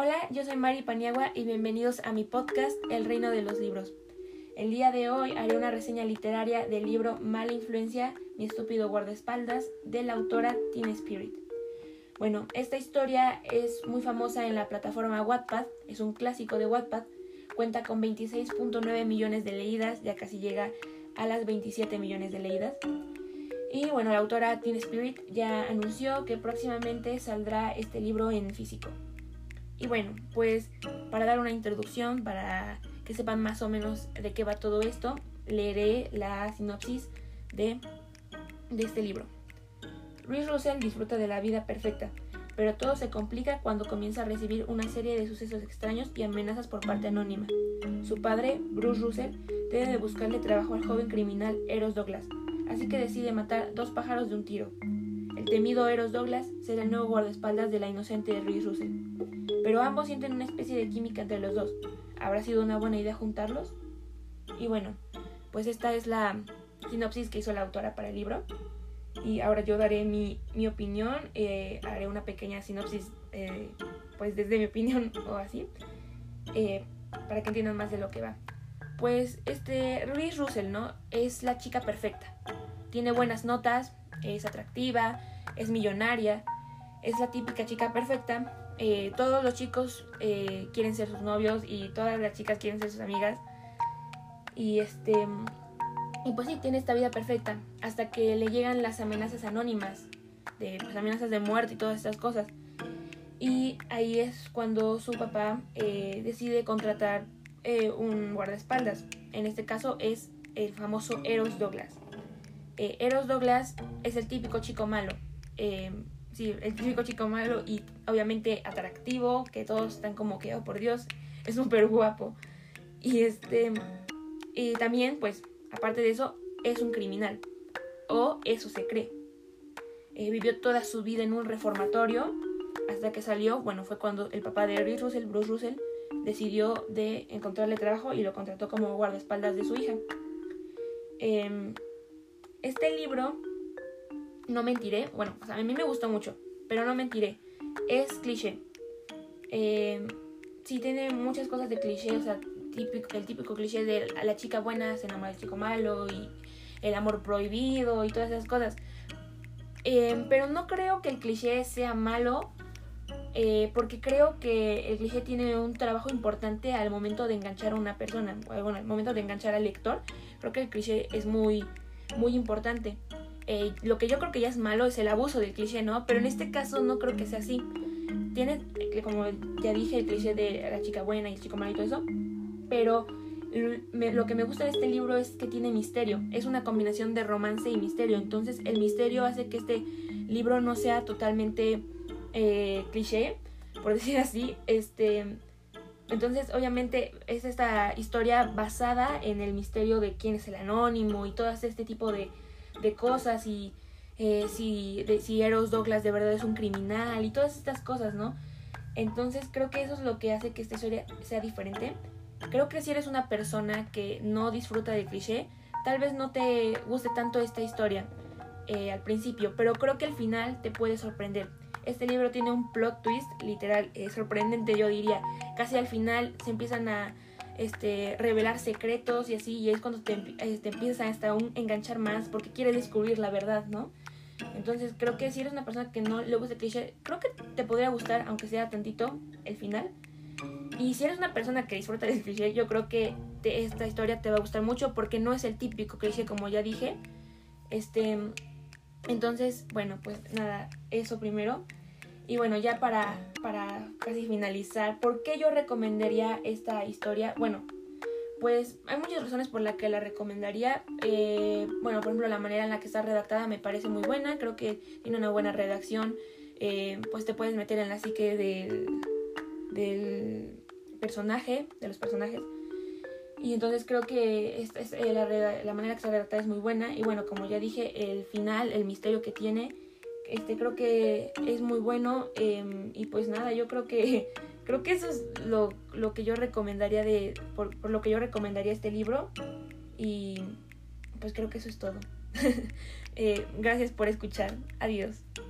Hola, yo soy Mari Paniagua y bienvenidos a mi podcast El Reino de los Libros. El día de hoy haré una reseña literaria del libro Mala Influencia, mi estúpido guardaespaldas, de la autora Teen Spirit. Bueno, esta historia es muy famosa en la plataforma Wattpad, es un clásico de Wattpad, cuenta con 26.9 millones de leídas, ya casi llega a las 27 millones de leídas. Y bueno, la autora Teen Spirit ya anunció que próximamente saldrá este libro en físico. Y bueno, pues para dar una introducción, para que sepan más o menos de qué va todo esto, leeré la sinopsis de este libro. Reese Russell disfruta de la vida perfecta, pero todo se complica cuando comienza a recibir una serie de sucesos extraños y amenazas por parte anónima. Su padre, Bruce Russell, debe de buscarle trabajo al joven criminal Eros Douglas, así que decide matar dos pájaros de un tiro. El temido Eros Douglas será el nuevo guardaespaldas de la inocente Reese Russell. Pero ambos sienten una especie de química entre los dos. ¿Habrá sido una buena idea juntarlos? Y bueno, pues esta es la sinopsis que hizo la autora para el libro. Y ahora yo daré mi opinión, haré una pequeña sinopsis, pues desde mi opinión o así, para que entiendan más de lo que va. Pues Reese Russell, ¿no? Es la chica perfecta. Tiene buenas notas, es atractiva, es millonaria, es la típica chica perfecta. Todos los chicos quieren ser sus novios y todas las chicas quieren ser sus amigas. Y pues sí, tiene esta vida perfecta hasta que le llegan las amenazas anónimas, las amenazas de muerte y todas estas cosas. Y ahí es cuando su papá decide contratar un guardaespaldas. En este caso es el famoso Eros Douglas. Eros Douglas es el típico chico malo. Sí, el típico chico malo y obviamente atractivo, que todos están como que, oh por Dios, es súper guapo. Y también, pues, aparte de eso, es un criminal. O eso se cree. Vivió toda su vida en un reformatorio hasta que salió, bueno, fue cuando el papá de Reese Russell, Bruce Russell, decidió de encontrarle trabajo y lo contrató como guardaespaldas de su hija. Este libro, no mentiré, bueno, o sea, a mí me gustó mucho, pero no mentiré, es cliché. Sí tiene muchas cosas de cliché, o sea, el típico cliché de la chica buena se enamora del chico malo y el amor prohibido y todas esas cosas. Pero no creo que el cliché sea malo, porque creo que el cliché tiene un trabajo importante al momento de enganchar a una persona, bueno, al momento de enganchar al lector. Creo que el cliché es muy, muy importante. Lo que yo creo que ya es malo es el abuso del cliché, ¿no? Pero en este caso no creo que sea así. Tiene, como ya dije, el cliché de la chica buena y el chico malo y todo eso. Pero lo que me gusta de este libro es que tiene misterio. Es una combinación de romance y misterio. Entonces el misterio hace que este libro no sea totalmente cliché, por decir así. Entonces obviamente es esta historia basada en el misterio de quién es el anónimo y todo este tipo de cosas y si Eros Douglas de verdad es un criminal y todas estas cosas, ¿no? Entonces creo que eso es lo que hace que esta historia sea diferente. Creo que si eres una persona que no disfruta del cliché, tal vez no te guste tanto esta historia al principio, pero creo que al final te puede sorprender. Este libro tiene un plot twist literal sorprendente, yo diría. Casi al final se empiezan a revelar secretos y así, y es cuando te empiezas hasta aún enganchar más porque quieres descubrir la verdad, ¿no? Entonces creo que si eres una persona que no le gusta el cliché, creo que te podría gustar, aunque sea tantito, el final. Y si eres una persona que disfruta del cliché, yo creo que esta historia te va a gustar mucho porque no es el típico cliché, como ya dije. Entonces, bueno, pues nada, eso primero. Y bueno, ya para casi finalizar, ¿por qué yo recomendaría esta historia? Bueno, pues hay muchas razones por las que la recomendaría. Bueno, por ejemplo, la manera en la que está redactada me parece muy buena. Creo que tiene una buena redacción. Pues te puedes meter en la psique del personaje, de los personajes. Y entonces creo que la manera que está redactada es muy buena. Y bueno, como ya dije, el final, el misterio que tiene, creo que es muy bueno. Y pues nada, yo creo que eso es lo que yo recomendaría por lo que yo recomendaría este libro. Y pues creo que eso es todo. Gracias por escuchar. Adiós.